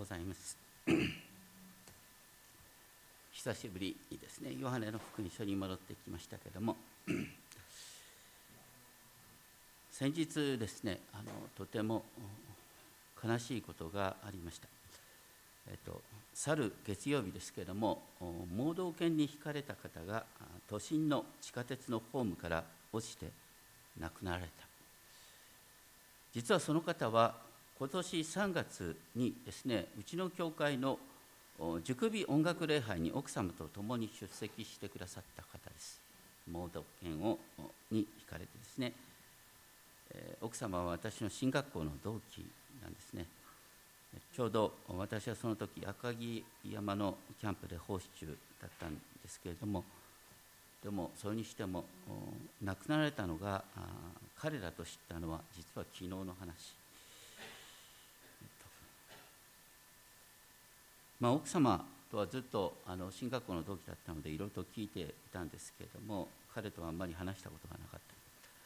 ざいます。久しぶりにですね、ヨハネの福音書に戻ってきましたけれども、先日ですね、とても悲しいことがありました。去る月曜日ですけれども、盲導犬にひかれた方が都心の地下鉄のホームから落ちて亡くなられた。実はその方は今年3月にですね、うちの教会の塾日音楽礼拝に奥様と共に出席してくださった方です。盲導犬にひかれてですね、奥様は私の進学校の同期なんですね。ちょうど私はその時赤城山のキャンプで奉仕中だったんですけれども、でもそれにしても亡くなられたのが彼らと知ったのは実は昨日の話。奥様とはずっと進学校の同期だったのでいろいろと聞いていたんですけれども、彼とはあんまり話したことがなかった。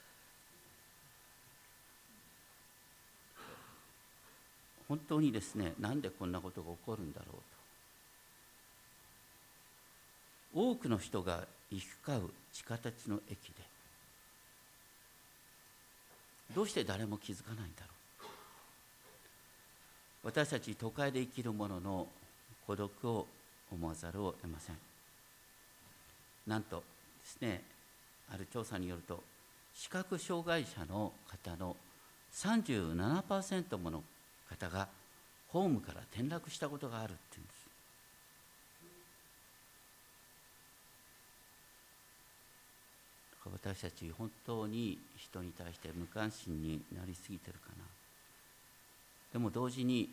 本当にですね、なんでこんなことが起こるんだろうと。多くの人が行き交う地下鉄の駅でどうして誰も気づかないんだろう。私たち都会で生きる者の孤独を思わざるを得ません。なんとですね、ある調査によると視覚障害者の方の 37% もの方がホームから転落したことがあるっていうんです。私たち本当に人に対して無関心になりすぎてるかな。でも同時に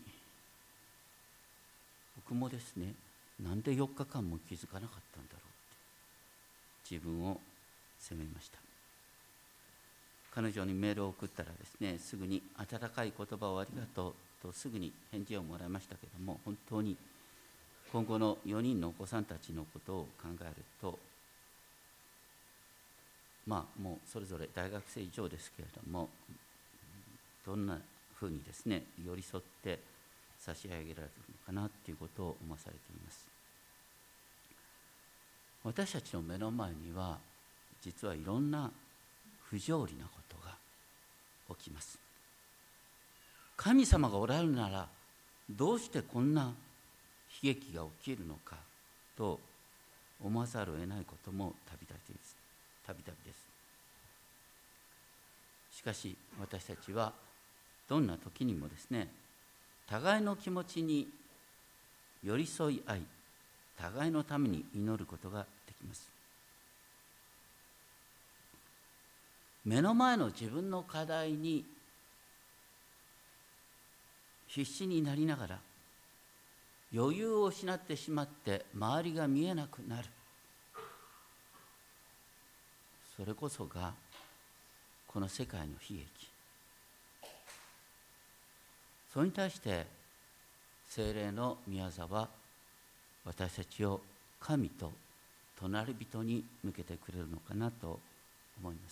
僕もですね、なんで4日間も気づかなかったんだろうって自分を責めました。彼女にメールを送ったらですね、すぐに温かい言葉をありがとうとすぐに返事をもらいましたけれども、本当に今後の4人のお子さんたちのことを考えると、もうそれぞれ大学生以上ですけれども、どんなふうにですね寄り添って差し上げられるのかなということを思わされています。私たちの目の前には実はいろんな不条理なことが起きます。神様がおられるならどうしてこんな悲劇が起きるのかと思わざるを得ないこともたびたびです。しかし私たちはどんな時にもですね、互いの気持ちに寄り添い合い、互いのために祈ることができます。目の前の自分の課題に必死になりながら余裕を失ってしまって周りが見えなくなる。それこそがこの世界の悲劇。それに対して聖霊の御業は私たちを神と隣人に向けてくれるのかなと思います。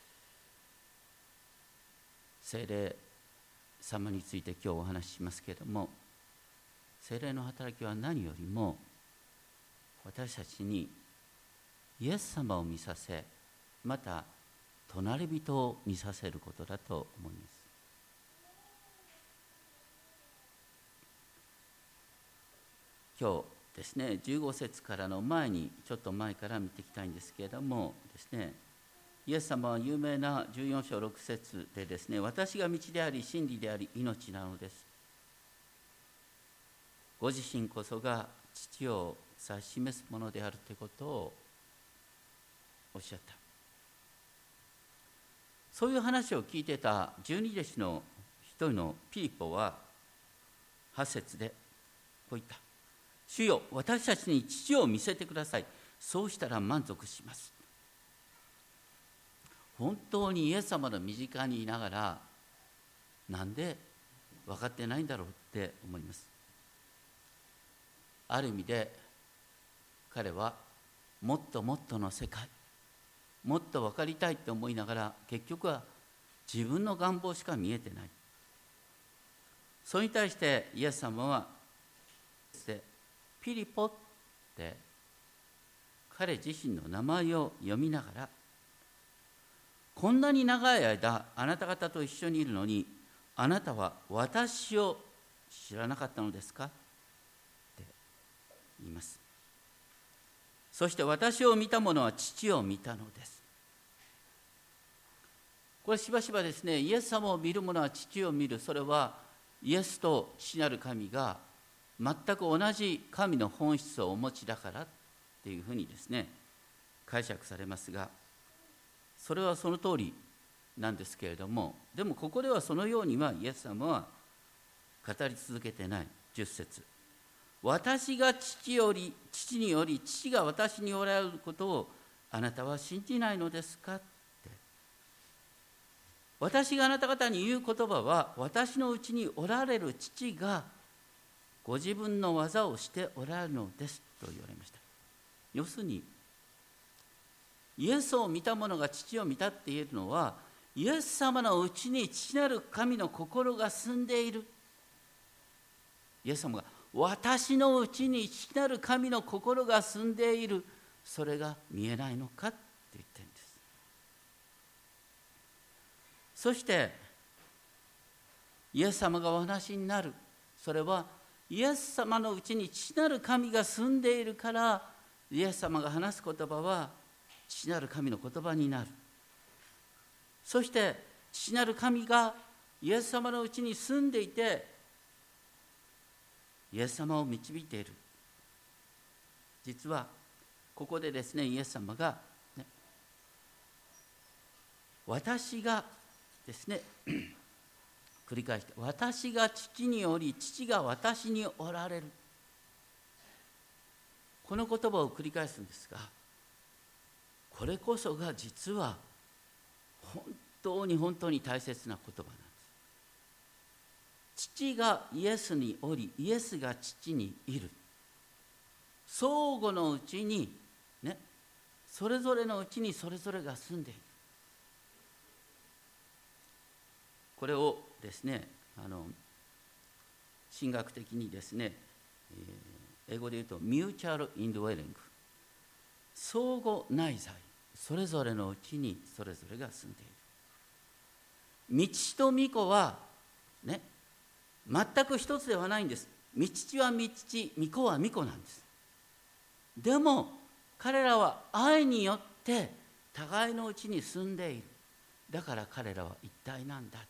聖霊様について今日お話ししますけれども、聖霊の働きは何よりも私たちにイエス様を見させ、また隣人を見させることだと思います。今日ですね、15節からの前にちょっと前から見ていきたいんですけれどもですね、イエス様は有名な14章6節でですね、私が道であり真理であり命なのです。ご自身こそが父を指し示すものであるということをおっしゃった。そういう話を聞いてた十二弟子の一人のピリポは8節でこう言った。主よ、私たちに父を見せてください。そうしたら満足します。本当にイエス様の身近にいながらなんで分かってないんだろうって思います。ある意味で彼はもっともっとの世界、もっと分かりたいって思いながら結局は自分の願望しか見えてない。それに対してイエス様はピリポって彼自身の名前を読みながら、こんなに長い間あなた方と一緒にいるのに、あなたは私を知らなかったのですかって言います。そして私を見た者は父を見たのです。これしばしばですね、イエス様を見る者は父を見る、それはイエスと父なる神が全く同じ神の本質をお持ちだからっていうふうにですね、解釈されますが、それはその通りなんですけれども、でもここではそのようにはイエス様は語り続けてない。10節、私が父により父が私におられることをあなたは信じないのですかって。私があなた方に言う言葉は、私のうちにおられる父がご自分の技をしておられるのですと言われました。要するにイエスを見た者が父を見たって言えるのは、イエス様のうちに父なる神の心が住んでいる。イエス様が私のうちに父なる神の心が住んでいる、それが見えないのかって言ってるんです。そしてイエス様がお話になる、それはイエス様のうちに父なる神が住んでいるから、イエス様が話す言葉は父なる神の言葉になる。そして父なる神がイエス様のうちに住んでいて、イエス様を導いている。実はここでですね、イエス様が、ね、私がですね繰り返して、私が父におり父が私におられる、この言葉を繰り返すんですが、これこそが実は本当に本当に大切な言葉なんです。父がイエスにおりイエスが父にいる、相互のうちにね、それぞれのうちにそれぞれが住んでいる。これをですね、神学的にですね、英語で言うとミューチャルインドウェリング、相互内在、それぞれのうちにそれぞれが住んでいる。御父と御子はね、全く一つではないんです。御父は御父、御子は御子なんです。でも彼らは愛によって互いのうちに住んでいる。だから彼らは一体なんだ。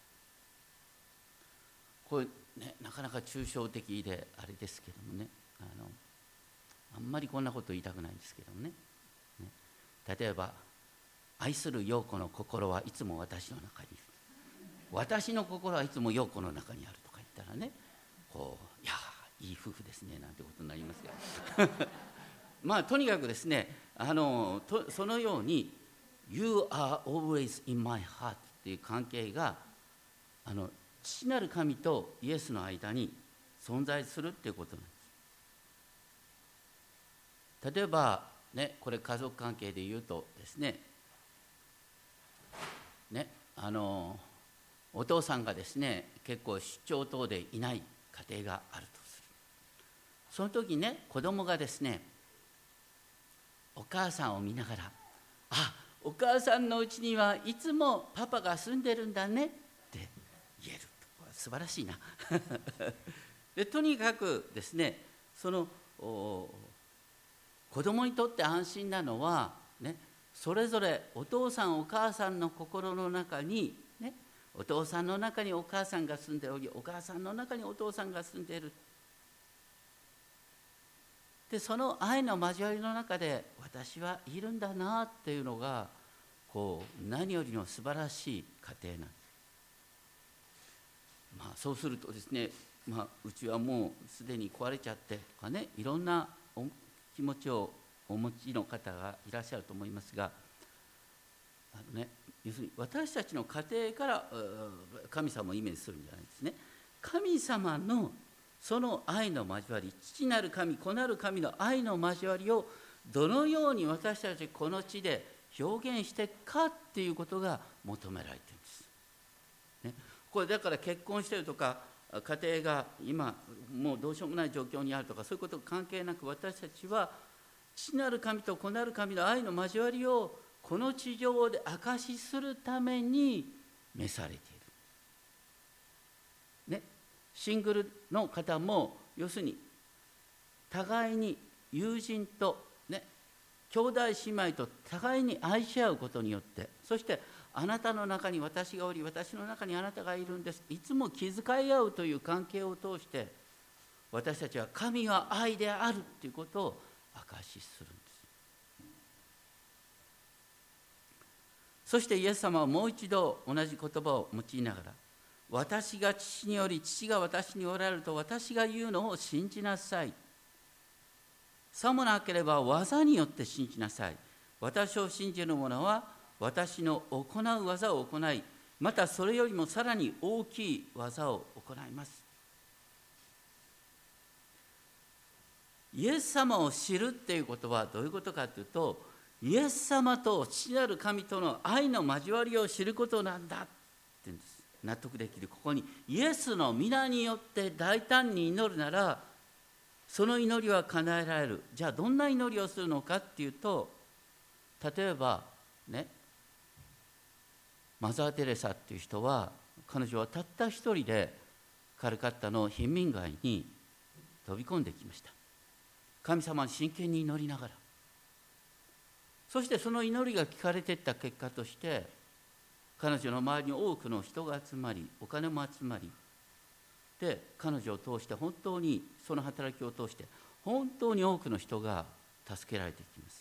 これね、なかなか抽象的であれですけどもね、あんまりこんなこと言いたくないんですけどもね、例えば愛する陽子の心はいつも私の中にいる、私の心はいつも陽子の中にあるとか言ったらね、こう、いやいい夫婦ですねなんてことになりますがまあとにかくですね、そのように You are always in my heart っていう関係が父なる神とイエスの間に存在するっていうことなんです。例えばね、これ家族関係で言うとですね、お父さんがですね結構出張等でいない家庭があるとする。その時ね、子供がですねお母さんを見ながら、あ、お母さんのうちにはいつもパパが住んでるんだねって言える。素晴らしいなで、とにかくですね、その子供にとって安心なのは、ね、それぞれお父さんお母さんの心の中に、ね、お父さんの中にお母さんが住んでおり、お母さんの中にお父さんが住んでいる。でその愛の交わりの中で私はいるんだなっていうのがこう何よりの素晴らしい家庭なんです。そうするとですね、うちはもうすでに壊れちゃってとかね、いろんな気持ちをお持ちの方がいらっしゃると思いますが、要するに私たちの家庭から神様をイメージするんじゃないんですね。神様のその愛の交わり、父なる神、子なる神の愛の交わりをどのように私たちこの地で表現していくかっていうことが求められているんです。ね、これだから結婚してるとか家庭が今もうどうしようもない状況にあるとか、そういうこと関係なく、私たちは父なる神と子なる神の愛の交わりをこの地上で証しするために召されている、ね、シングルの方も要するに互いに友人と、ね、兄弟姉妹と互いに愛し合うことによって、そしてあなたの中に私がおり、私の中にあなたがいるんです、いつも気遣い合うという関係を通して、私たちは神は愛であるということを証しするんです。そしてイエス様はもう一度同じ言葉を用いながら、私が父により父が私におられると私が言うのを信じなさい。さもなければ技によって信じなさい。私を信じる者は私の行う技を行い、またそれよりもさらに大きい技を行います。イエス様を知るっていうことはどういうことかというと、イエス様と父なる神との愛の交わりを知ることなんだって言うんです。納得できる。ここにイエスの皆によって大胆に祈るなら、その祈りは叶えられる。じゃあどんな祈りをするのかっていうと、例えばね、マザー・テレサっていう人は、彼女はたった一人でカルカッタの貧民街に飛び込んできました。神様に真剣に祈りながら、そしてその祈りが聞かれていった結果として、彼女の周りに多くの人が集まり、お金も集まり、で彼女を通して本当にその働きを通して本当に多くの人が助けられていきます。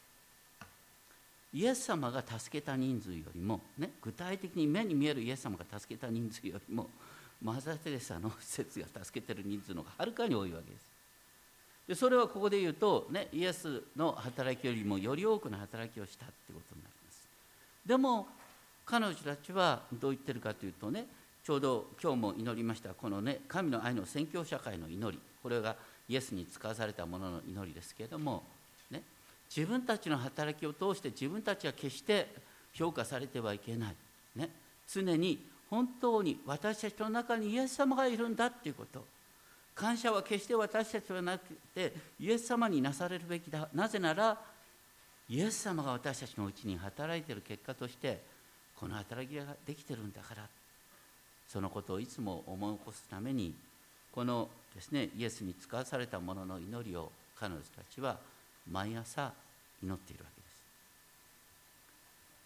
イエス様が助けた人数よりも、ね、具体的に目に見えるイエス様が助けた人数よりも、マザー・テレサの施設が助けてる人数の方がはるかに多いわけです。でそれはここで言うと、ね、イエスの働きよりもより多くの働きをしたってことになります。でも彼女たちはどう言ってるかというとね、ちょうど今日も祈りましたこのね、神の愛の宣教社会の祈り、これがイエスに使わされたものの祈りですけれども、ね、自分たちの働きを通して自分たちは決して評価されてはいけない、ね、常に本当に私たちの中にイエス様がいるんだっていうこと、感謝は決して私たちではなくてイエス様になされるべきだ。なぜならイエス様が私たちのうちに働いている結果としてこの働きができてるんだから、そのことをいつも思い起こすために、このですね、イエスに使わされたものの祈りを彼女たちは毎朝祈っているわけです。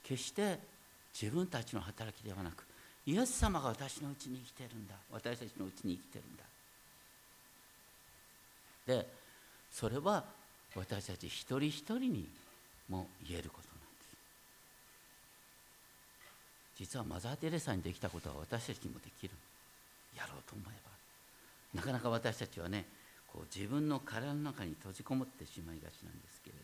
決して自分たちの働きではなく、イエス様が私のうちに生きてるんだ、私たちのうちに生きてるんだ。でそれは私たち一人一人にも言えることなんです。実はマザー・テレサにできたことは私たちにもできる。やろうと思えば。なかなか私たちはね、こう自分の体の中に閉じこもってしまいがちなんですけれ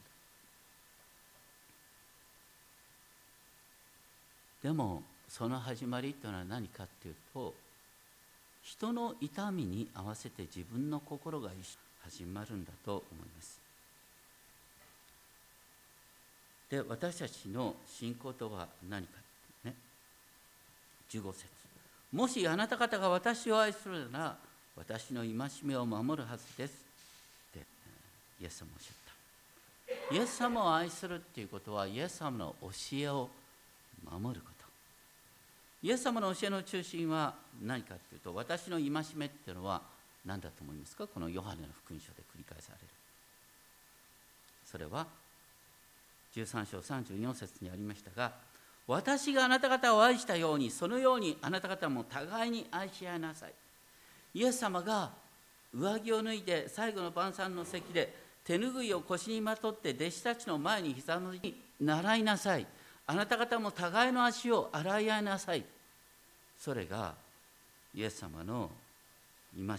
ど、でもその始まりというのは何かっていうと、人の痛みに合わせて自分の心が始まるんだと思います。で私たちの信仰とは何かね、15節、もしあなた方が私を愛するなら私の戒めを守るはずですってイエス様おっしゃった。イエス様を愛するっていうことはイエス様の教えを守ること。イエス様の教えの中心は何かっていうと、私の戒めっていうのは何だと思いますか？このヨハネの福音書で繰り返される。それは13章34節にありましたが、私があなた方を愛したように、そのようにあなた方も互いに愛し合いなさい。イエス様が上着を脱いで最後の晩餐の席で手ぬぐいを腰にまとって弟子たちの前に膝の上に習いなさい。あなた方も互いの足を洗い合いなさい。それがイエス様の戒めなんです。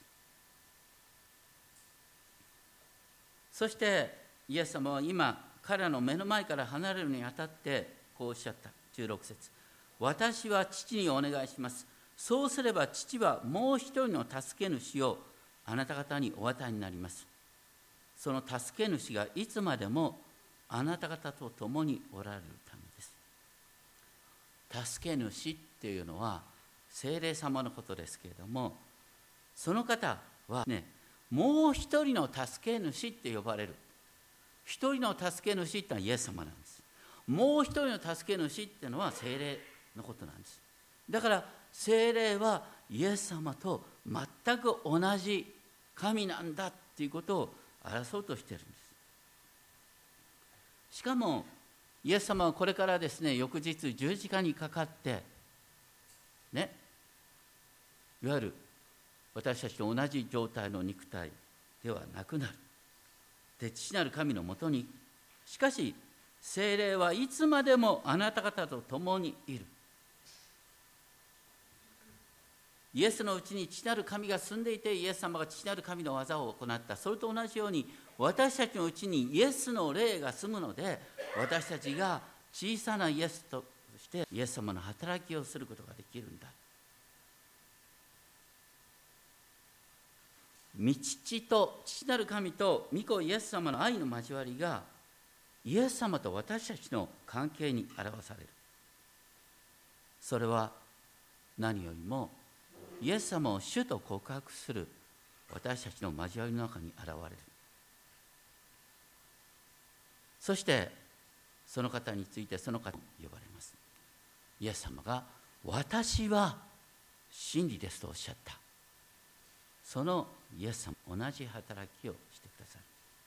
そしてイエス様は今彼らの目の前から離れるにあたってこうおっしゃった。16節、私は父にお願いします。そうすれば父はもう一人の助け主をあなた方にお与えになります。その助け主がいつまでもあなた方と共におられるためです。助け主っていうのは聖霊様のことですけれども、その方はね、もう一人の助け主って呼ばれる。一人の助け主ってのはイエス様なんです。もう一人の助け主っていうのは聖霊のことなんです。だから聖霊はイエス様と全く同じ神なんだっていうことを表そうとしているんです。しかもイエス様はこれからですね、翌日十字架にかかってね、いわゆる私たちと同じ状態の肉体ではなくなる。で、父なる神のもとに、しかし聖霊はいつまでもあなた方と共にいる。イエスのうちに父なる神が住んでいて、イエス様が父なる神の技を行った。それと同じように私たちのうちにイエスの霊が住むので、私たちが小さなイエスとしてイエス様の働きをすることができるんだ。御父と父なる神と御子イエス様の愛の交わりがイエス様と私たちの関係に表される。それは何よりもイエス様を主と告白する私たちの交わりの中に現れる。そしてその方についてその方に呼ばれます。イエス様が私は真理ですとおっしゃった。そのイエス様同じ働きをしてくださる。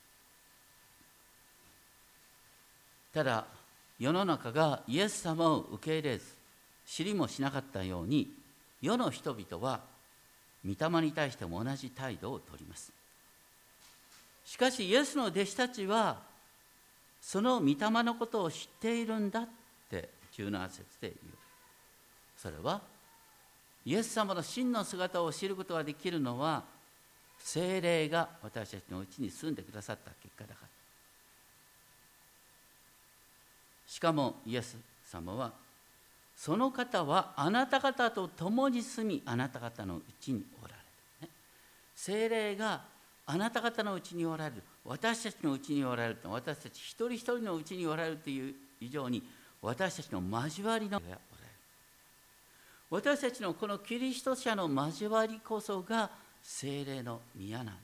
ただ世の中がイエス様を受け入れず知りもしなかったように、世の人々は御霊に対しても同じ態度をとります。しかしイエスの弟子たちはその御霊のことを知っているんだって17節で言う。それはイエス様の真の姿を知ることができるのは聖霊が私たちのうちに住んでくださった結果だから。しかもイエス様はその方はあなた方と共に住み、あなた方のうちにおられる、ね、聖霊があなた方のうちにおられる、私たちのうちにおられると、私たち一人一人のうちにおられるという以上に私たちの交わりのおられる。私たちのこのキリスト者の交わりこそが聖霊の宮なんです。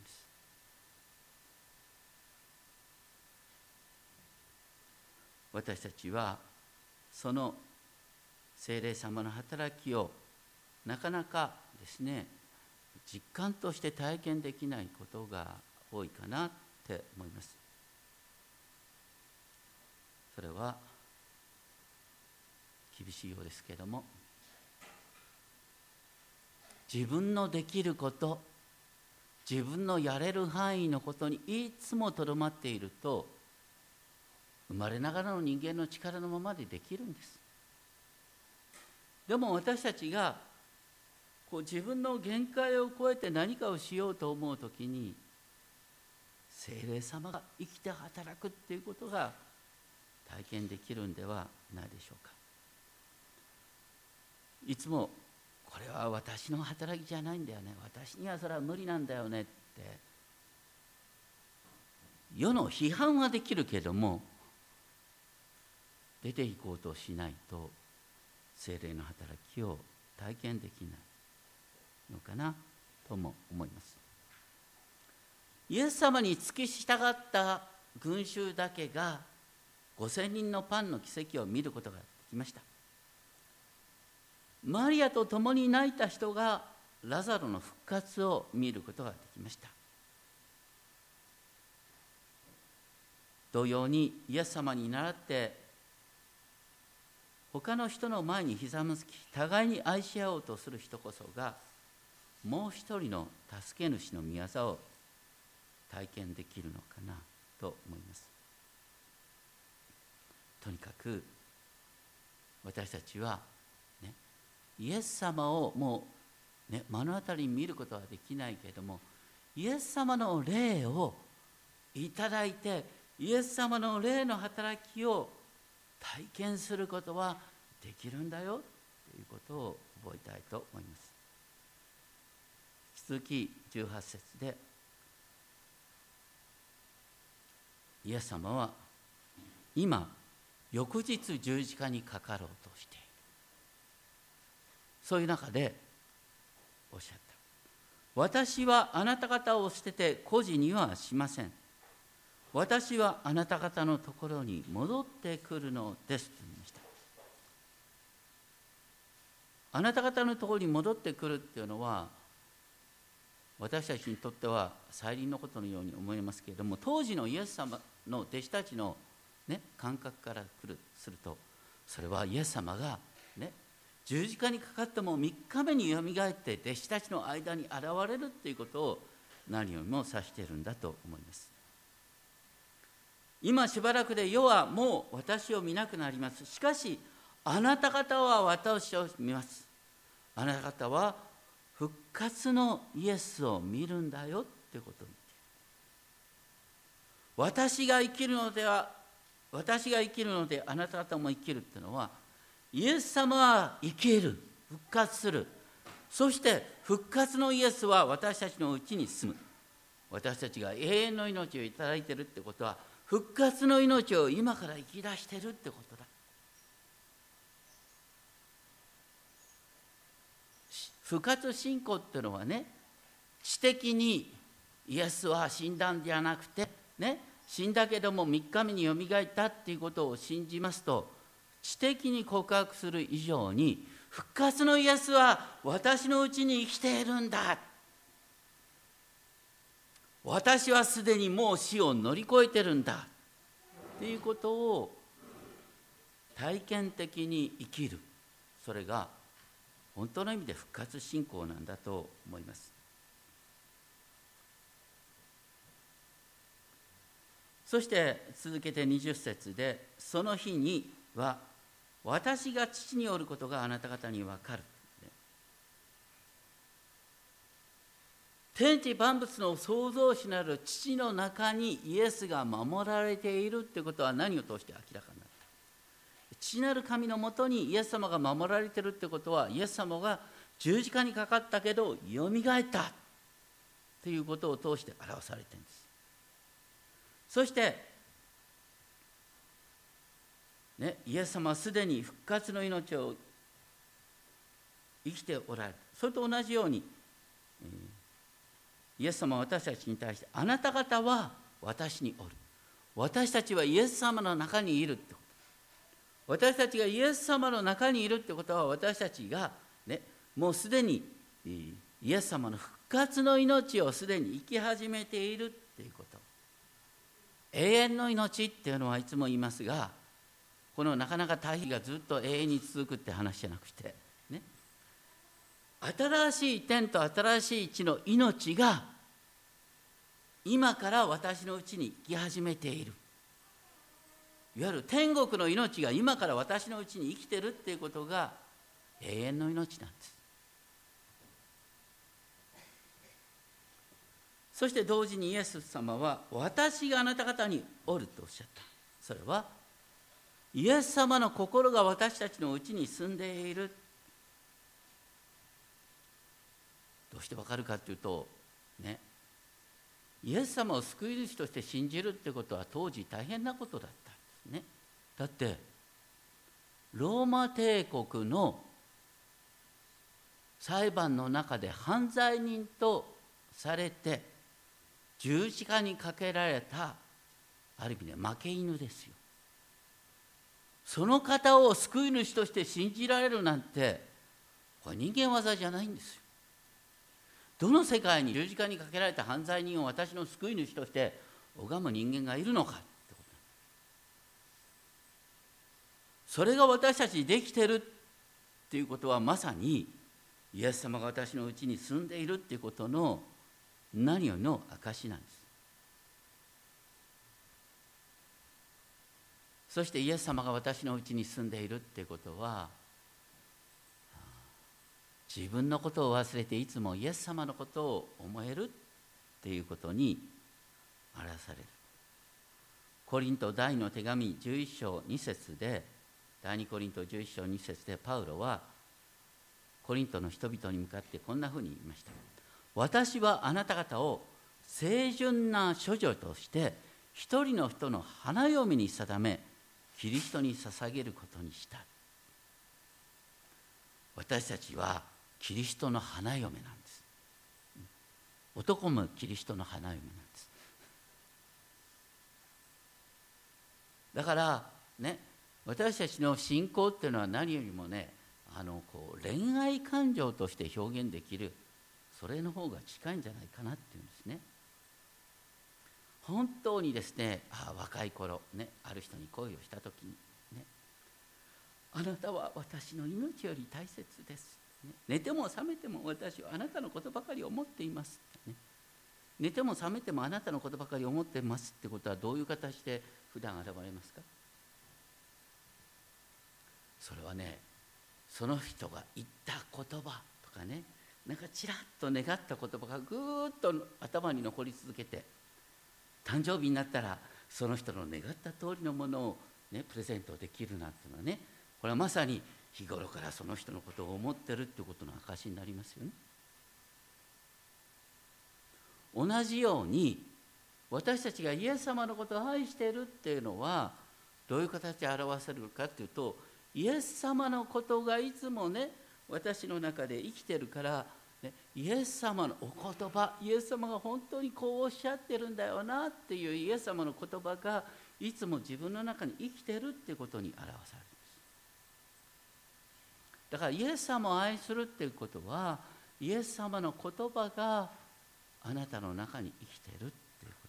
私たちはその聖霊様の働きをなかなかですね、実感として体験できないことが多いかなって思います。それは厳しいようですけれども、自分のできること、自分のやれる範囲のことにいつもとどまっていると、生まれながらの人間の力のままでできるんです。でも私たちが自分の限界を超えて何かをしようと思うときに、聖霊様が生きて働くっていうことが体験できるんではないでしょうか。いつもこれは私の働きじゃないんだよね、私にはそれは無理なんだよねって世の批判はできるけども、出ていこうとしないと聖霊の働きを体験できないのかなとも思います。イエス様に付き従った群衆だけが5000人のパンの奇跡を見ることができました。マリアと共に泣いた人がラザロの復活を見ることができました。同様にイエス様に倣って他の人の前にひざまずき互いに愛し合おうとする人こそがもう一人の助け主の御業を体験できるのかなと思います。とにかく私たちはね、イエス様をもう、ね、目の当たりに見ることはできないけれども、イエス様の霊をいただいて、イエス様の霊の働きを体験することはできるんだよということを覚えたいと思います。引き続き18節で、イエス様は今翌日十字架にかかろうとしている。そういう中でおっしゃった。私はあなた方を捨てて孤児にはしません。私はあなた方のところに戻ってくるのですと言いました。あなた方のところに戻ってくるっていうのは、私たちにとっては再臨のことのように思いますけれども、当時のイエス様の弟子たちの、感覚からすると、それはイエス様が、十字架にかかっても3日目によみがえって弟子たちの間に現れるということを何よりも指しているんだと思います。今しばらくで世はもう私を見なくなります。しかしあなた方は私を見ます。あなた方は復活のイエスを見るんだよっていうことを言っている。私が生きるのであなた方も生きるっていうのは、イエス様は生きる、復活する。そして復活のイエスは私たちのうちに住む。私たちが永遠の命をいただいているってことは、復活の命を今から生き出しているってことだ。復活信仰っていうのは知的にイエスは死んだんじゃなくて死んだけども3日目によみがえったっていうことを信じますと、知的に告白する以上に、復活のイエスは私のうちに生きているんだ、私はすでにもう死を乗り越えてるんだっていうことを体験的に生きる、それが本当の意味で復活信仰なんだと思います。そして続けて20節で、その日には私が父におることがあなた方に分かる。天地万物の創造主なる父の中にイエスが守られているということは何を通して明らかになった。父なる神のもとにイエス様が守られているということは、イエス様が十字架にかかったけどよみがえったということを通して表されているんです。そしてイエス様はすでに復活の命を生きておられる。それと同じように、イエス様は私たちに対して、あなた方は私におる、私たちはイエス様の中にいるってこと。私たちがイエス様の中にいるってことは、私たちがもうすでにイエス様の復活の命をすでに生き始めているっていうこと。永遠の命っていうのはいつも言いますが、このなかなか対比がずっと永遠に続くって話じゃなくて新しい天と新しい地の命が今から私のうちに生き始めている。いわゆる天国の命が今から私のうちに生きてるっていうことが永遠の命なんです。そして同時にイエス様は、私があなた方におるとおっしゃった。それはイエス様の心が私たちのうちに住んでいる。どうしてわかるかというとイエス様を救い主として信じるってことは当時大変なことだったんですね。だってローマ帝国の裁判の中で犯罪人とされて十字架にかけられた、ある意味で負け犬ですよ。その方を救い主として信じられるなんて、これ人間技じゃないんですよ。どの世界に十字架にかけられた犯罪人を私の救い主として拝む人間がいるのかってこと。それが私たちにできてるっていうことは、まさにイエス様が私のうちに住んでいるっていうことの何よりの証なんです。そしてイエス様が私のうちに住んでいるっていうことは、自分のことを忘れていつもイエス様のことを思えるっていうことに表される。コリント第2の手紙11章2節で、第2コリント11章2節でパウロはコリントの人々に向かってこんなふうに言いました。私はあなた方を清純な処女として一人の人の花嫁に定め、キリストに捧げることにした。私たちはキリストの花嫁なんです。 男もキリストの花嫁なんです。だからね、私たちの信仰っていうのは何よりもね、恋愛感情として表現できる、それの方が近いんじゃないかなっていうんですね。本当にですね、若い頃ね、ある人に恋をした時にね、あなたは私の命より大切です、ね、寝ても覚めても私はあなたのことばかり思っています、ね、寝ても覚めてもあなたのことばかり思っていますってことはどういう形で普段現れますか？それはね、その人が言った言葉とかね、なんかちらっと願った言葉がぐーっと頭に残り続けて、誕生日になったらその人の願った通りのものを、ね、プレゼントできるなんていうのはね、これはまさに日頃からその人のことを思ってるっていうことの証になりますよね。同じように私たちがイエス様のことを愛しているっていうのはどういう形で表せるかというと、イエス様のことがいつもね私の中で生きてるから、ね、イエス様のお言葉、イエス様が本当にこうおっしゃってるんだよなっていうイエス様の言葉がいつも自分の中に生きてるっていうことに表されるんです。だからイエス様を愛するっていうことは、イエス様の言葉があなたの中に生きてるっていうことなんです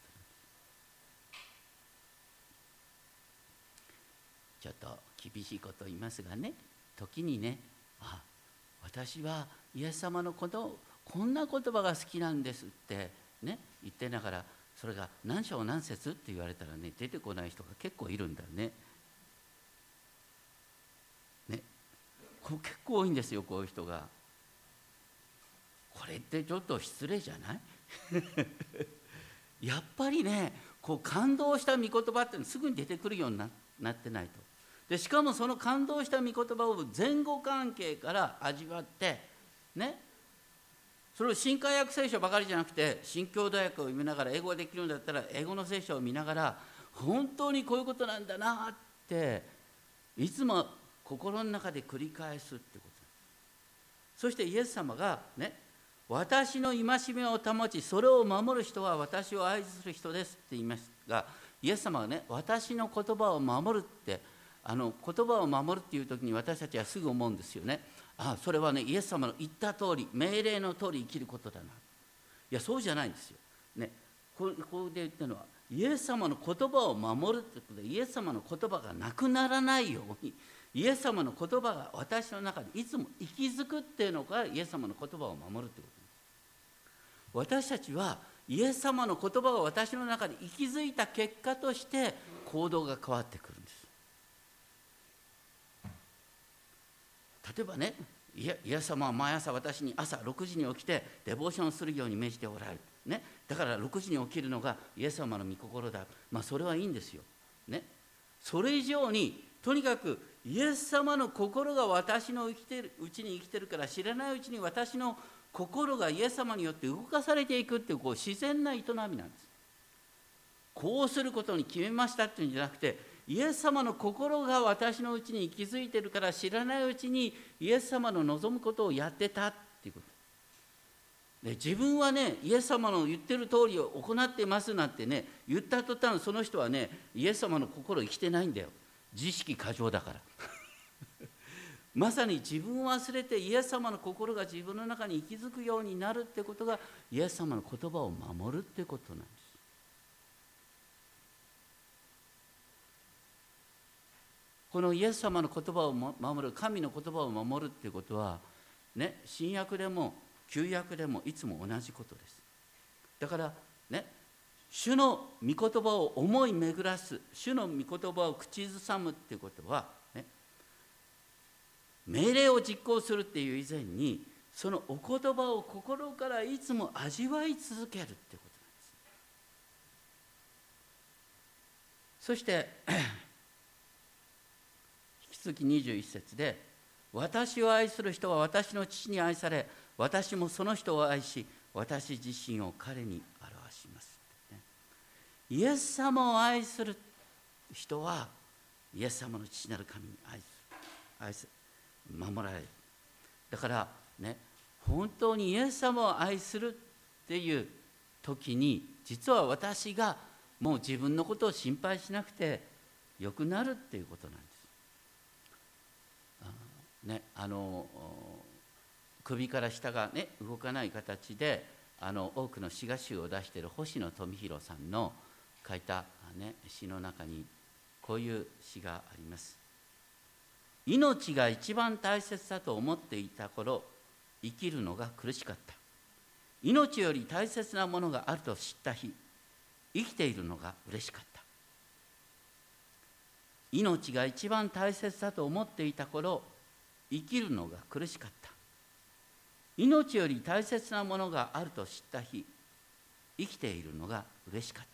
。ちょっと厳しいことを言いますがね、時にね、私はイエス様のことこんな言葉が好きなんですってね言ってながら、それが何章何節って言われたらね出てこない人が結構いるんだよね。結構多いんですよ、こういう人が。これってちょっと失礼じゃないやっぱりね、こう感動した御言葉ってすぐに出てくるように なってないと。でしかもその感動した御言葉を前後関係から味わってね、それを新海訳聖書ばかりじゃなくて新共同訳を読みながら、英語ができるんだったら英語の聖書を見ながら、本当にこういうことなんだなっていつも心の中で繰り返すってこと。そしてイエス様がね、私の戒めを保ちそれを守る人は私を愛する人ですって言いますが、イエス様はね、私の言葉を守るって、言葉を守るっていう時に私たちはすぐ思うんですよね。それはね、イエス様の言った通り、命令の通り生きることだな。いや、そうじゃないんですよ、ね、ここで言ってるのはイエス様の言葉を守るってことで、イエス様の言葉がなくならないように、イエス様の言葉が私の中でいつも息づくっていうのがイエス様の言葉を守るってことです。私たちはイエス様の言葉が私の中で息づいた結果として行動が変わってくるんです。例えばね、イエス様は毎朝私に朝6時に起きてデボーションするように命じておられる、ね、だから6時に起きるのがイエス様の御心だ。それはいいんですよ、ね、それ以上にとにかくイエス様の心が私の生きてるうちに生きてるから、知らないうちに私の心がイエス様によって動かされていくっていう、自然な営みなんです。こうすることに決めましたっていうんじゃなくて、イエス様の心が私のうちに息づいてるから、知らないうちにイエス様の望むことをやってたっていうことで、自分はねイエス様の言ってる通りを行ってますなんてね言った途端、その人はねイエス様の心を生きてないんだよ。自意識過剰だからまさに自分を忘れてイエス様の心が自分の中に息づくようになるってことが、イエス様の言葉を守るってことなんです。このイエス様の言葉を守る、神の言葉を守るっていうことはね、新約でも旧約でもいつも同じことです。だからね、主の御言葉を思い巡らす、主の御言葉を口ずさむっていうことは、ね、命令を実行するっていう以前に、そのお言葉を心からいつも味わい続けるってことなんです。そして引き続き21節で、私を愛する人は私の父に愛され、私もその人を愛し、私自身を彼に表します。イエス様を愛する人はイエス様の父なる神に愛する、守られる。だからね、本当にイエス様を愛するっていう時に、実は私がもう自分のことを心配しなくてよくなるっていうことなんです。首から下がね動かない形で多くの詩歌集を出している星野富弘さんの書いた、詩の中にこういう詩があります。命が一番大切だと思っていた頃、生きるのが苦しかった。命より大切なものがあると知った日、生きているのが嬉しかった。命が一番大切だと思っていた頃、生きるのが苦しかった。命より大切なものがあると知った日、生きているのが嬉しかった。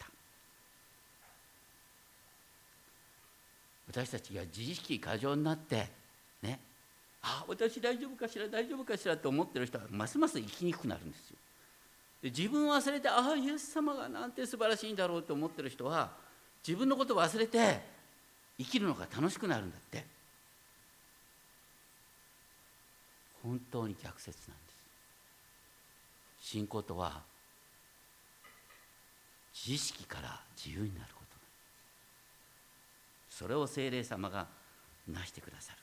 私たちが自意識過剰になってね、私大丈夫かしら大丈夫かしらと思ってる人はますます生きにくくなるんですよ。で自分を忘れてイエス様がなんて素晴らしいんだろうと思ってる人は自分のことを忘れて生きるのが楽しくなるんだって。本当に逆説なんです。信仰とは自意識から自由になること。それを聖霊様がなしてくださる。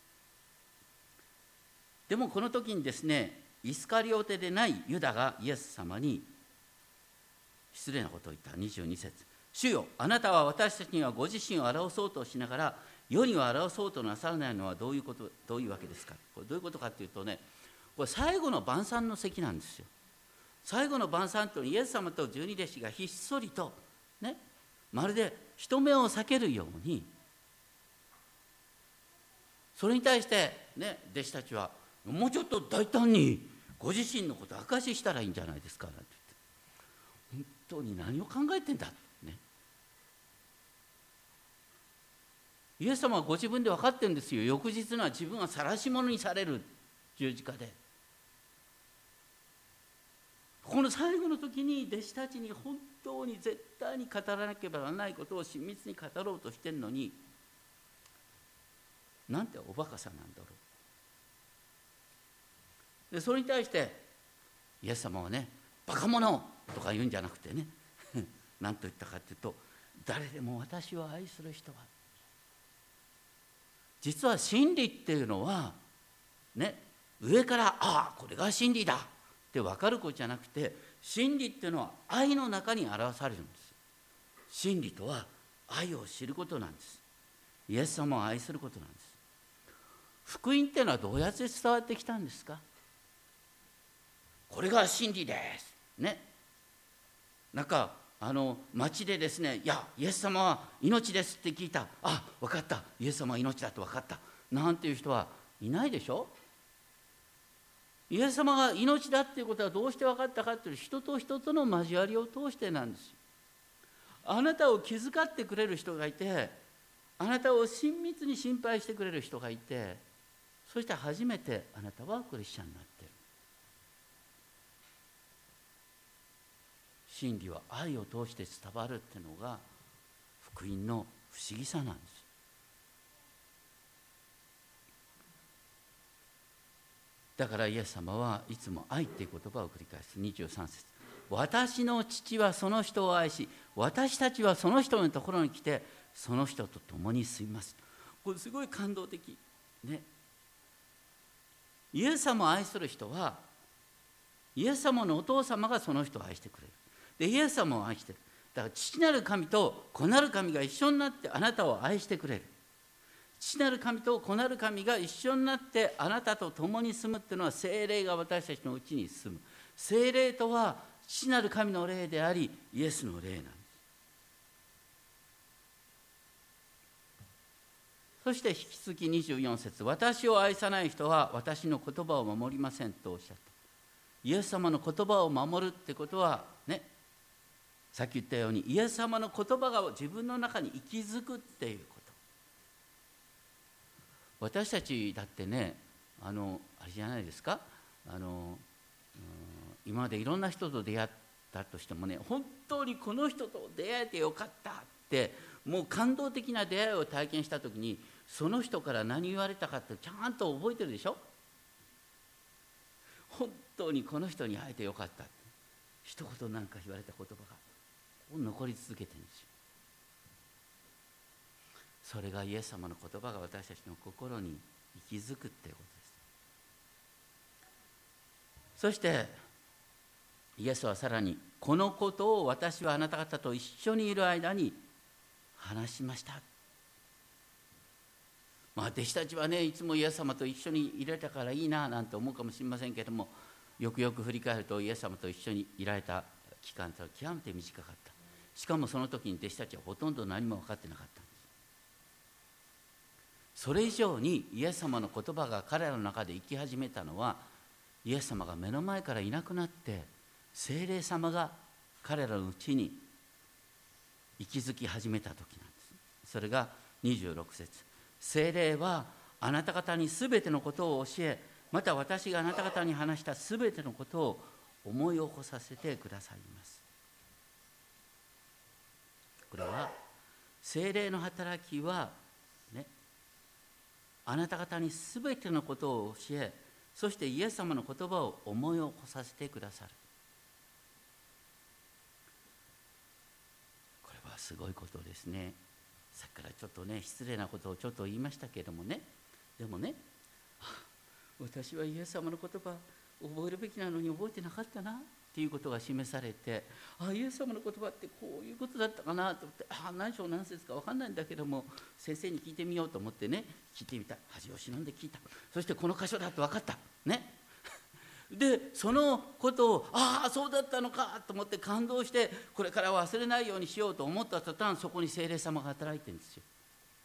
でもこの時にですね、イスカリオテでないユダがイエス様に失礼なことを言った。22節、主よ、あなたは私たちにはご自身を表そうとしながら世には表そうとなさらないのはどういうわけですか。これどういうことかというとね、これ最後の晩餐の席なんですよ。最後の晩餐とイエス様と十二弟子がひっそりとね、まるで人目を避けるように、それに対してね、弟子たちはもうちょっと大胆にご自身のことを証ししたらいいんじゃないですかなんて言って、本当に何を考えてんだね。イエス様はご自分で分かってるんですよ。翌日には自分は晒し者にされる、十字架で。この最後の時に弟子たちに本当に絶対に語らなければならないことを親密に語ろうとしてるのに、なんておバカさなんだろう。でそれに対してイエス様はね、バカ者とか言うんじゃなくてね何と言ったかというと、誰でも私を愛する人は、実は真理っていうのはね、上からこれが真理だって分かることじゃなくて、真理っていうのは愛の中に表されるんです。真理とは愛を知ることなんです。イエス様を愛することなんです。福音っていうのはどうやって伝わってきたんですか。これが真理ですね。なんか町でですね、いやイエス様は命ですって聞いた、分かった、イエス様は命だと分かったなんていう人はいないでしょ。イエス様が命だっていうことはどうして分かったかっていう、人と人との交わりを通してなんですよ。あなたを気遣ってくれる人がいて、あなたを親密に心配してくれる人がいて、そして初めてあなたはクリスチャンになっている。真理は愛を通して伝わるっていうのが福音の不思議さなんです。だからイエス様はいつも愛っていう言葉を繰り返す。23節、私の父はその人を愛し、私たちはその人のところに来てその人と共に住みます。これすごい感動的ね。イエス様を愛する人はイエス様のお父様がその人を愛してくれる。でイエス様を愛している。だから父なる神と子なる神が一緒になってあなたを愛してくれる。父なる神と子なる神が一緒になってあなたと共に住むっていうのは、聖霊が私たちのうちに住む。聖霊とは父なる神の霊であり、イエスの霊なんです。そして引き続き24節、私を愛さない人は私の言葉を守りませんとおっしゃった。イエス様の言葉を守るってことはね、さっき言ったようにイエス様の言葉が自分の中に息づくっていうこと。私たちだってね、あれじゃないですか、今までいろんな人と出会ったとしてもね、本当にこの人と出会えてよかったってもう感動的な出会いを体験したときに、その人から何言われたかってちゃんと覚えてるでしょ。本当にこの人に会えてよかったって。 一言なんか言われた言葉が残り続けてるんですよ。それがイエス様の言葉が私たちの心に息づくっていうことです。そしてイエスはさらに、このことを私はあなた方と一緒にいる間に話しました。弟子たちはね、いつもイエス様と一緒にいられたからいいななんて思うかもしれませんけれども、よくよく振り返るとイエス様と一緒にいられた期間とは極めて短かった。しかもその時に弟子たちはほとんど何も分かってなかったんです。それ以上にイエス様の言葉が彼らの中で生き始めたのは、イエス様が目の前からいなくなって、聖霊様が彼らのうちに息づき始めた時なんです。それが26節。聖霊はあなた方にすべてのことを教え、また私があなた方に話したすべてのことを思い起こさせてくださいます。これは聖霊の働きはね、あなた方にすべてのことを教え、そしてイエス様の言葉を思い起こさせてくださる。これはすごいことですね。さっきからちょっとね、失礼なことをちょっと言いましたけれどもね、でもね、私はイエス様の言葉覚えるべきなのに覚えてなかったなっていうことが示されて、イエス様の言葉ってこういうことだったかなと思って、何章何節か分かんないんだけども、先生に聞いてみようと思ってね、聞いてみた。恥を忍んで聞いた。そしてこの箇所だって分かったね。でそのことをそうだったのかと思って感動して、これから忘れないようにしようと思った途端、そこに聖霊様が働いてるんですよ。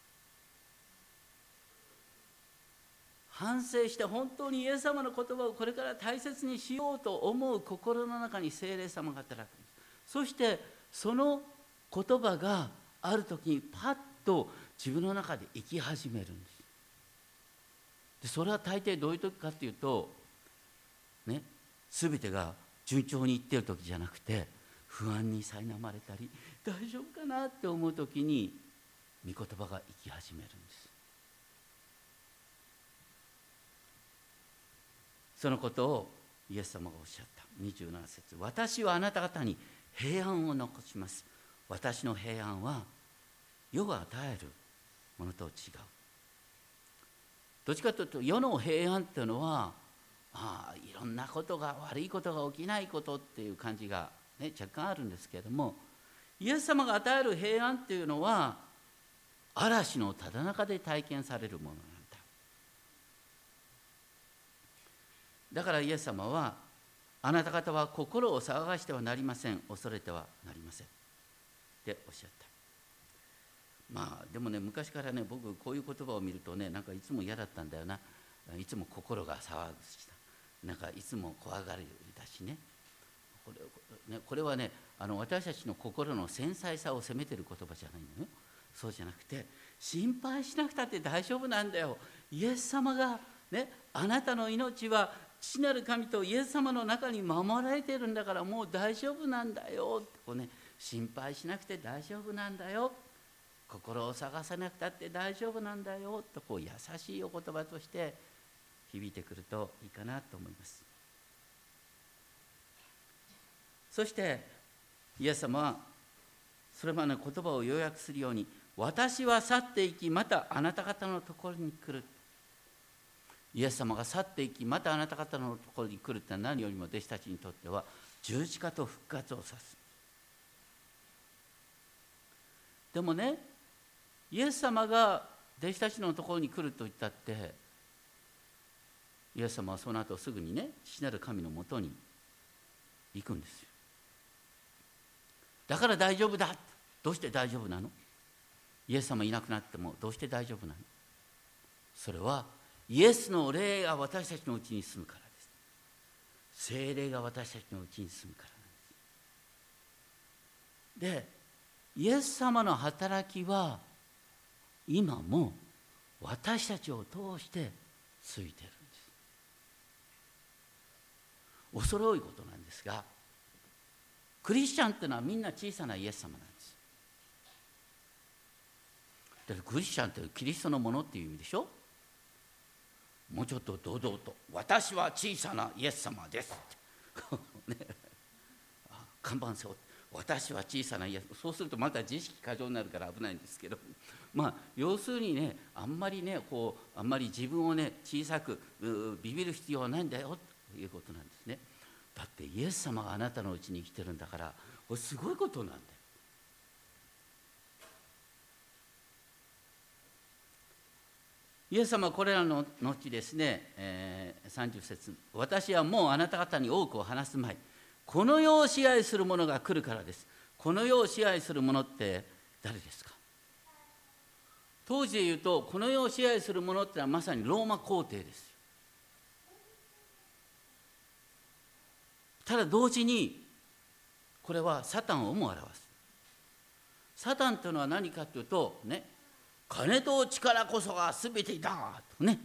反省して本当にイエス様の言葉をこれから大切にしようと思う心の中に聖霊様が働くんです。そしてその言葉がある時にパッと自分の中で生き始めるんです。でそれは大抵どういう時かっていうとね、全てが順調にいっている時じゃなくて、不安に苛まれたり大丈夫かなって思う時に御言葉が生き始めるんです。そのことをイエス様がおっしゃった27節。私はあなた方に平安を残します。私の平安は世が与えるものと違う。どっちかというと世の平安っていうのはいろんなことが、悪いことが起きないことっていう感じが、ね、若干あるんですけれども、イエス様が与える平安っていうのは嵐のただ中で体験されるものなんだ。だからイエス様は、あなた方は心を騒がしてはなりません、恐れてはなりませんっておっしゃった。でもね、昔からね、僕こういう言葉を見るとね、なんかいつも嫌だったんだよな。いつも心が騒ぐし、なんかいつも怖がりだしね。これはね、私たちの心の繊細さを責めてる言葉じゃないのよ。そうじゃなくて、心配しなくたって大丈夫なんだよ。イエス様がね、あなたの命は父なる神とイエス様の中に守られているんだから、もう大丈夫なんだよってこうね、心配しなくて大丈夫なんだよ、心を探さなくたって大丈夫なんだよとこう優しいお言葉として響いてくるといいかなと思います。そしてイエス様はそれまでの言葉を要約するように、私は去っていきまたあなた方のところに来る。イエス様が去っていきまたあなた方のところに来るって何よりも弟子たちにとっては十字架と復活を指す。でもね、イエス様が弟子たちのところに来ると言ったって、イエス様はその後すぐにね、父なる神のもとに行くんですよ。だから大丈夫だ。どうして大丈夫なの？イエス様いなくなってもどうして大丈夫なの？それはイエスの霊が私たちのうちに住むからです。聖霊が私たちのうちに住むからなんです。で、イエス様の働きは今も私たちを通してついているんです。恐ろいことなんですが、クリスチャンっていうのはみんな小さなイエス様なんです。だってクリスチャンってキリストのものっていう意味でしょ。もうちょっと堂々と私は小さなイエス様ですってね、 看板背負って私は小さなイエス、そうするとまた自意識過剰になるから危ないんですけど、要するにね、あんまり自分をね小さくビビる必要はないんだよということなんですね。だってイエス様があなたのうちに生きてるんだから、これすごいことなんだよ。イエス様はこれらの後ですね、30節、私はもうあなた方に多くを話すまい、この世を支配する者が来るからです。この世を支配する者って誰ですか？当時で言うと、この世を支配する者ってのはまさにローマ皇帝ですよ。ただ同時にこれはサタンをも表す。サタンというのは何かというとね、金と力こそが全てだとね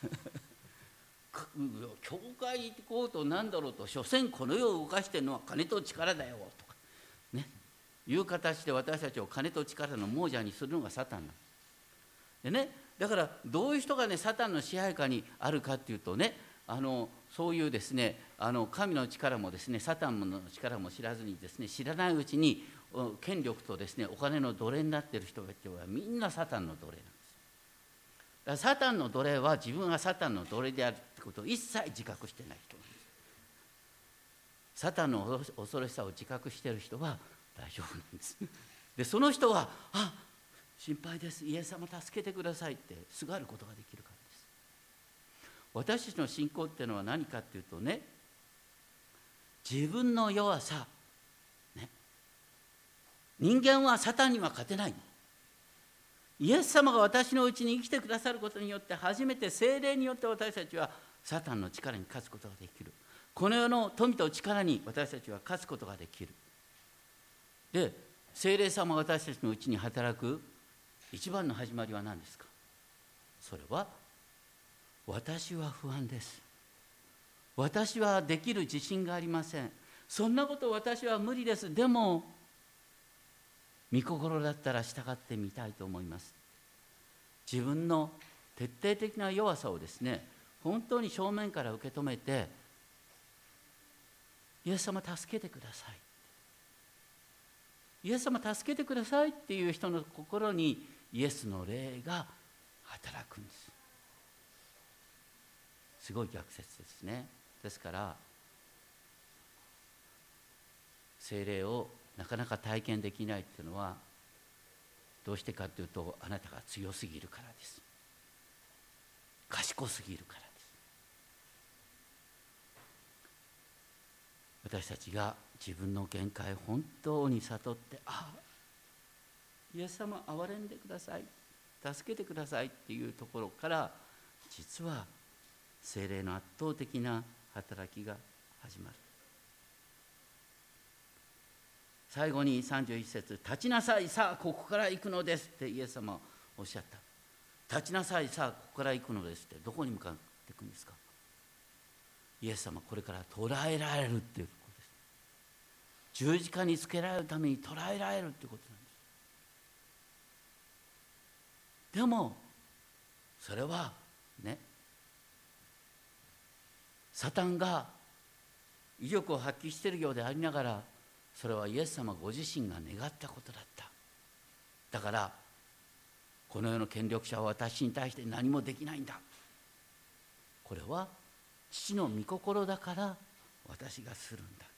教会行こうと何だろうと、所詮この世を動かしているのは金と力だよとかね、いう形で私たちを金と力の亡者にするのがサタンなんです。でね、だからどういう人がねサタンの支配下にあるかっていうとね、そういうですね神の力もですねサタンの力も知らずにですね、知らないうちに権力とですねお金の奴隷になっている人たちはみんなサタンの奴隷なんです。だからサタンの奴隷は自分がサタンの奴隷であるということを一切自覚してない人なんです。サタンの恐ろしさを自覚している人は大丈夫なんです。でその人は心配です、イエス様助けてくださいってすがることができるからです。私たちの信仰っていうのは何かっていうとね、自分の弱さ、ね、人間はサタンには勝てない。イエス様が私のうちに生きてくださることによって初めて聖霊によって私たちはサタンの力に勝つことができる。この世の富と力に私たちは勝つことができる。で聖霊様が私たちのうちに働く一番の始まりは何ですか？それは私は不安です、私はできる自信がありません、そんなこと私は無理です、でも御心だったら従ってみたいと思います。自分の徹底的な弱さをですね本当に正面から受け止めて、イエス様助けてください、イエス様助けてくださいっていう人の心にイエスの霊が働くんです。すごい逆説ですね。ですから聖霊をなかなか体験できないっていうのはどうしてかというと、あなたが強すぎるからです。賢すぎるからです。私たちが自分の限界を本当に悟って、イエス様憐れんでください、助けてくださいっていうところから、実は聖霊の圧倒的な働きが始まる。最後に31節、立ちなさい、さあここから行くのですってイエス様はおっしゃった。立ちなさい、さあここから行くのですって、どこに向かっていくんですか？イエス様これから捕らえられるっていうことです。十字架につけられるために捕らえられるっていうことなんです。でもそれはね、サタンが威力を発揮しているようでありながら、それはイエス様ご自身が願ったことだった。だからこの世の権力者は私に対して何もできないんだ、これは父の御心だから私がするんだ、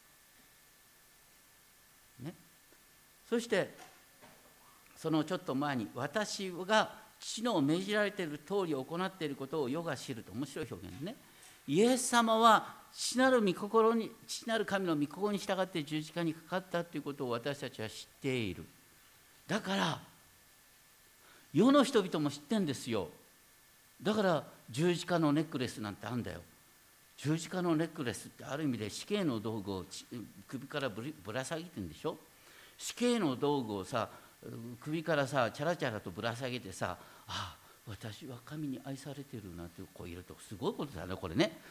ね、そしてそのちょっと前に、私が父の命じられている通り行っていることを世が知ると、面白い表現ですね。イエス様は父なる神の御心に従って十字架にかかったということを私たちは知っている。だから世の人々も知ってんですよ。だから十字架のネックレスなんてあんだよ。十字架のネックレスってある意味で死刑の道具を首からぶら下げてるんでしょ。死刑の道具をさ首からさチャラチャラとぶら下げてさ、私は神に愛されてるなんてこう言うとすごいことだねこれね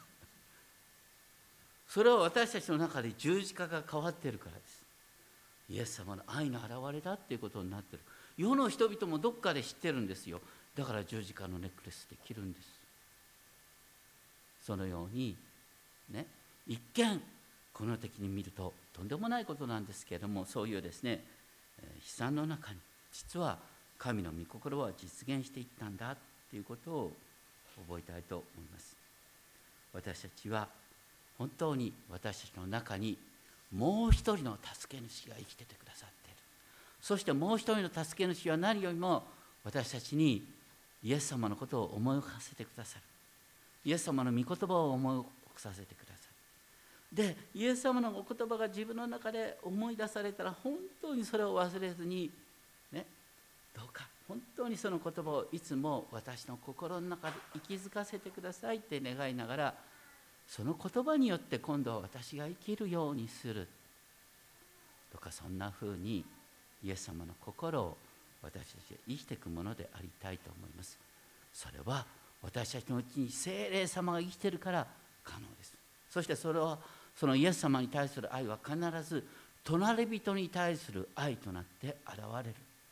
それは私たちの中で十字架が変わっているからです。イエス様の愛の表れだっていうことになっている。世の人々もどっかで知ってるんですよ。だから十字架のネックレスで着るんです。そのようにね、一見この的に見るととんでもないことなんですけれども、そういうですね、悲惨の中に実は神の御心は実現していったんだということを覚えたいと思います。私たちは本当に私たちの中にもう一人の助け主が生きててくださっている。そしてもう一人の助け主は何よりも私たちにイエス様のことを思い起こさせてくださる。イエス様の御言葉を思い起こさせてくださる。で、イエス様のお言葉が自分の中で思い出されたら、本当にそれを忘れずに、ね、どうか本当にその言葉をいつも私の心の中で息づかせてくださいって願いながら、その言葉によって今度は私が生きるようにするとか、そんなふうにイエス様の心を私たちが生きていくものでありたいと思います。それは私たちのうちに聖霊様が生きているから可能です。そしてそれはそのイエス様に対する愛は必ず隣人に対する愛となって現れる。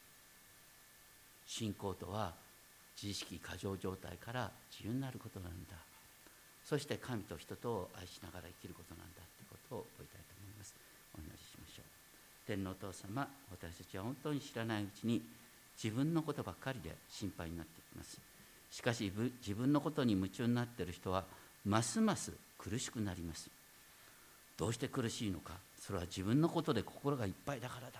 信仰とは自意識過剰状態から自由になることなんだ。そして神と人とを愛しながら生きることなんだということを覚えたいと思います。お祈りしましょう。天のお父様、私たちは本当に知らないうちに自分のことばっかりで心配になってきます。しかし自分のことに夢中になっている人はますます苦しくなります。どうして苦しいのか。それは自分のことで心がいっぱいだからだ。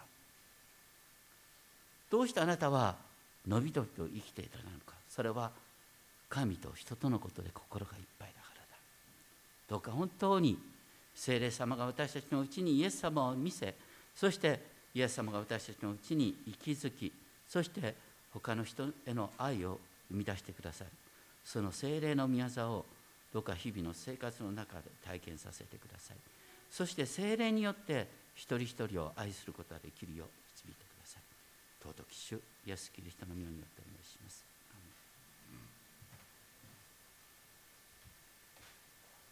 どうしてあなたはのびのびと生きていたのか。それは神と人とのことで心がいっぱいだからだ。どうか本当に聖霊様が私たちのうちにイエス様を見せ、そしてイエス様が私たちのうちに息づき、そして他の人への愛を生み出してください。その聖霊の御業をどうか日々の生活の中で体験させてください。そして聖霊によって一人一人を愛することができるよう導いてください。尊き主イエスキリストの御名によってお願いします。